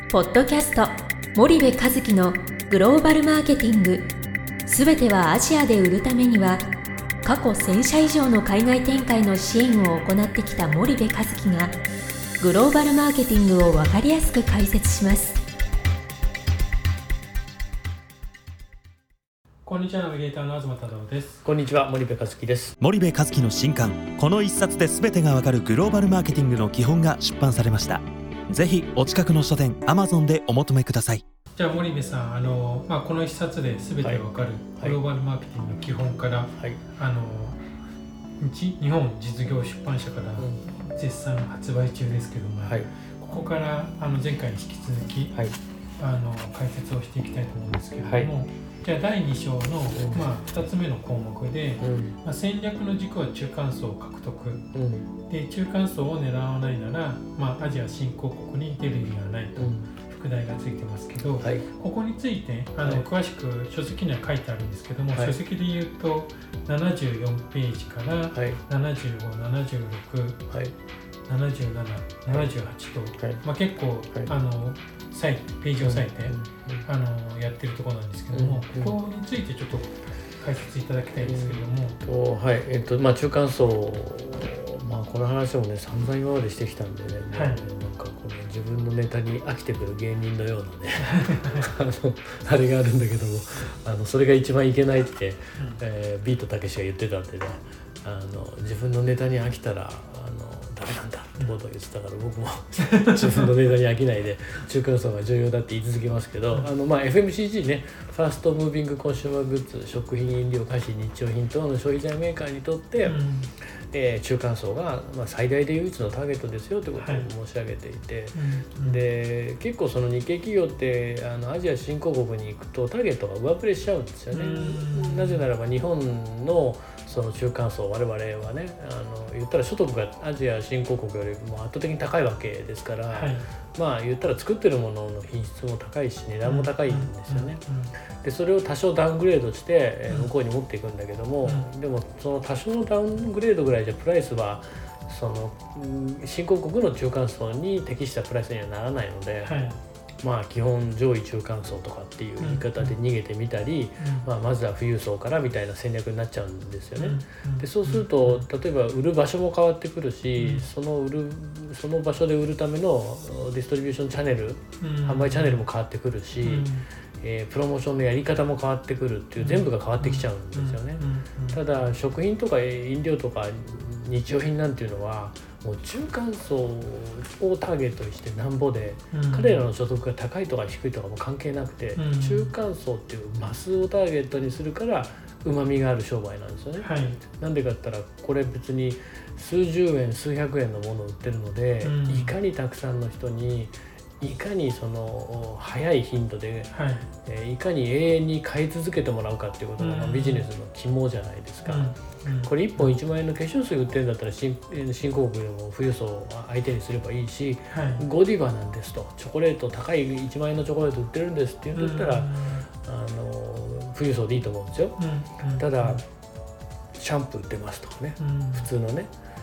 ポッドキャスト森部一樹のグローバルマーケティング、すべてはアジアで売るためには、過去1000社以上の海外展開の支援を行ってきた森部一樹がグローバルマーケティングを分かりやすく解説します。 こんにちは、ナビゲーターの東忠夫です。 こんにちは、森部一樹です。 森部一樹の新刊、この一冊で全てがわかるグローバルマーケティングの基本が出版されました。ぜひお近くの書店 Amazon でお求めください。 じゃあ森部さん、この一冊で全てがわかるグローバルマーケティングの基本から、日本実業出版社から絶賛発売中ですけども、ここから前回に引き続き、解説をしていきたいと思うんですけれども、じゃあ第2章の、2つ目の項目で、戦略の軸は中間層を獲得、で中間層を狙わないなら、アジア新興国に出る意味はないと、副題がついてますけど、ここについて詳しく書籍には書いてあるんですけども、書籍で言うと74ページから75、76、77、78と、結構、ページを割いて、やってるところなんですけども、ここについてちょっと解説いただきたいんですけれども、 中間層、この話もね散々今までしてきたんでね、なんかこの自分のネタに飽きてくる芸人のようなねあれがあるんだけども、それが一番いけないって、ビートたけしが言ってたんでね、自分のネタに飽きたらダメなんだってことを言ってたから、僕も自分のネタに飽きないで中間層が重要だって言い続けますけど、FMCG ね、ファーストムービングコンシューマーグッズ、食品、飲料、菓子、日用品等の消費財メーカーにとって、中間層が最大で唯一のターゲットですよということを申し上げていて、で結構その日系企業ってアジア新興国に行くとターゲットが上振れしちゃうんですよね。なぜならば日本のその中間層、我々はね、言ったら所得がアジア新興国よりも圧倒的に高いわけですから、言ったら作ってるものの品質も高いし値段も高いんですよね。でそれを多少ダウングレードして向こうに持っていくんだけども、でもその多少のダウングレードぐらいじゃプライスはその新興国の中間層に適したプライスにはならないので、基本上位中間層とかっていう言い方で逃げてみたり、まずは富裕層からみたいな戦略になっちゃうんですよね。でそうすると例えば売る場所も変わってくるし、その場所で売るためのディストリビューションチャンネル、販売チャンネルも変わってくるし、プロモーションのやり方も変わってくるっていう、全部が変わってきちゃうんですよね。ただ食品とか飲料とか日用品なんていうのはもう中間層をターゲットにしてなんぼで、彼らの所得が高いとか低いとかも関係なくて、中間層っていうマスをターゲットにするから旨味がある商売なんですよね。なんでかって言ったら、これ別に数十円数百円のものを売ってるので、いかにたくさんの人にいかにその早い頻度で、いかに永遠に買い続けてもらうかっていうことがビジネスの肝じゃないですか。これ1本1万円の化粧水売ってるんだったら新興国でも富裕層を相手にすればいいし、ゴディバなんですと、チョコレート高い1万円のチョコレート売ってるんですって言うんだったら、富裕層でいいと思うんですよ。ただシャンプー売ってますとかね、普通のね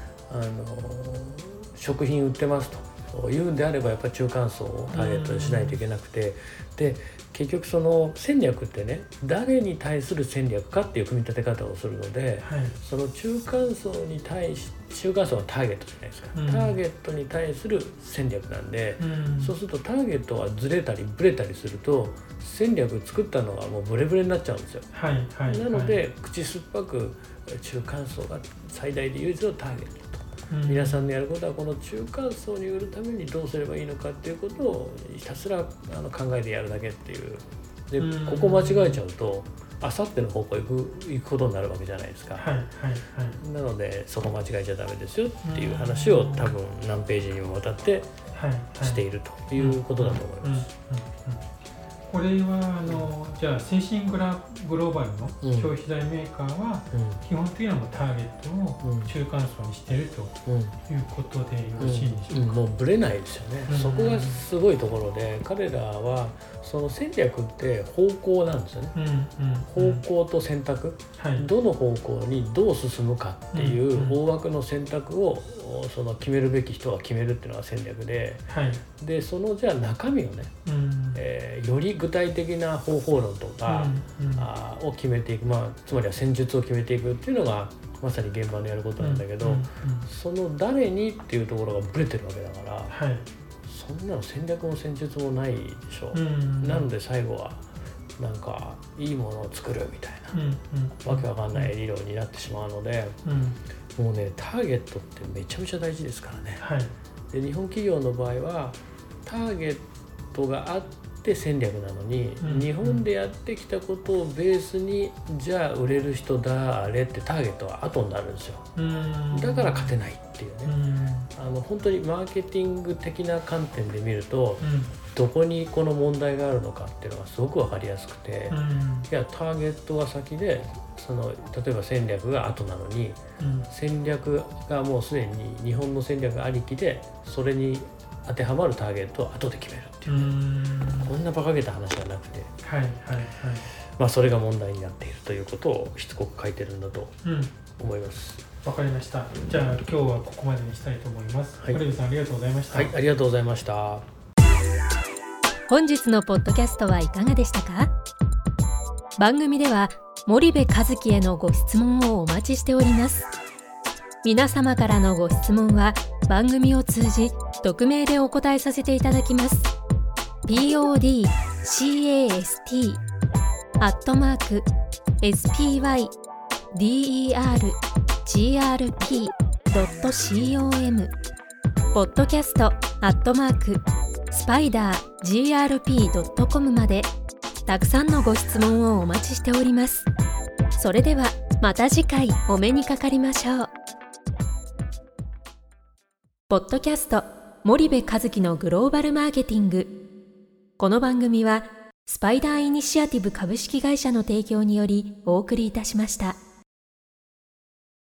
食品売ってますと言うんであれば、やっぱり中間層をターゲットにしないといけなくて、で結局その戦略ってね、誰に対する戦略かっていう組み立て方をするので、その中間層に対し、中間層はターゲットじゃないですか、ターゲットに対する戦略なんで、そうするとターゲットがずれたりブレたりすると、戦略作ったのがもうブレブレになっちゃうんですよ。なので口酸っぱく中間層が最大で唯一のターゲット、皆さんのやることはこの中間層に売るためにどうすればいいのかっていうことをひたすら考えてやるだけっていう。でここ間違えちゃうとあさっての方向行くことになるわけじゃないですか。なのでそこ間違えちゃダメですよっていう話を多分何ページにもわたってしているということだと思います。 これはじゃあ先進グローバルの消費財メーカーは基本的にはもうターゲットを中間層にしているということでよろしいでしょうか。 もうブレないですよね。そこがすごいところで、彼らはその戦略って方向なんですよね。方向と選択、どの方向にどう進むかっていう大枠の選択をその決めるべき人は決めるっていうのが戦略で、 はい、 でそのじゃあ中身をね、より具体的な方法論とか、を決めていく、つまりは戦術を決めていくっていうのがまさに現場のやることなんだけど、その誰にっていうところがブレてるわけだから、はい、そんなの戦略も戦術もないでしょ。なので最後はなんかいいものを作るみたいな、わけわかんない理論になってしまうので、もうねターゲットってめちゃめちゃ大事ですからね。はい、で日本企業の場合はターゲットがあって戦略なのに、日本でやってきたことをベースにじゃあ売れる人誰ってターゲットは後になるんですよ。だから勝てないっていうね、本当にマーケティング的な観点で見ると、どこにこの問題があるのかっていうのがすごく分かりやすくて、いやターゲットが先で例えば戦略が後なのに、戦略がもうすでに日本の戦略ありきでそれに当てはまるターゲットを後で決めるっていう、こんな馬鹿げた話じゃなくて、それが問題になっているということをしつこく書いてるんだと思います。 わかりました。じゃあ今日はここまでにしたいと思います。堀部さんありがとうございました。 はい、ありがとうございました。 本日のポッドキャストはいかがでしたか？番組では森部一樹へのご質問をお待ちしております。皆様からのご質問は番組を通じ匿名でお答えさせていただきます。podcast@spydergrp.com podcast@spidergrp.com までたくさんのご質問をお待ちしております。それではまた次回お目にかかりましょう。ポッドキャスト森部一樹のグローバルマーケティング。この番組はスパイダーイニシアティブ株式会社の提供によりお送りいたしました。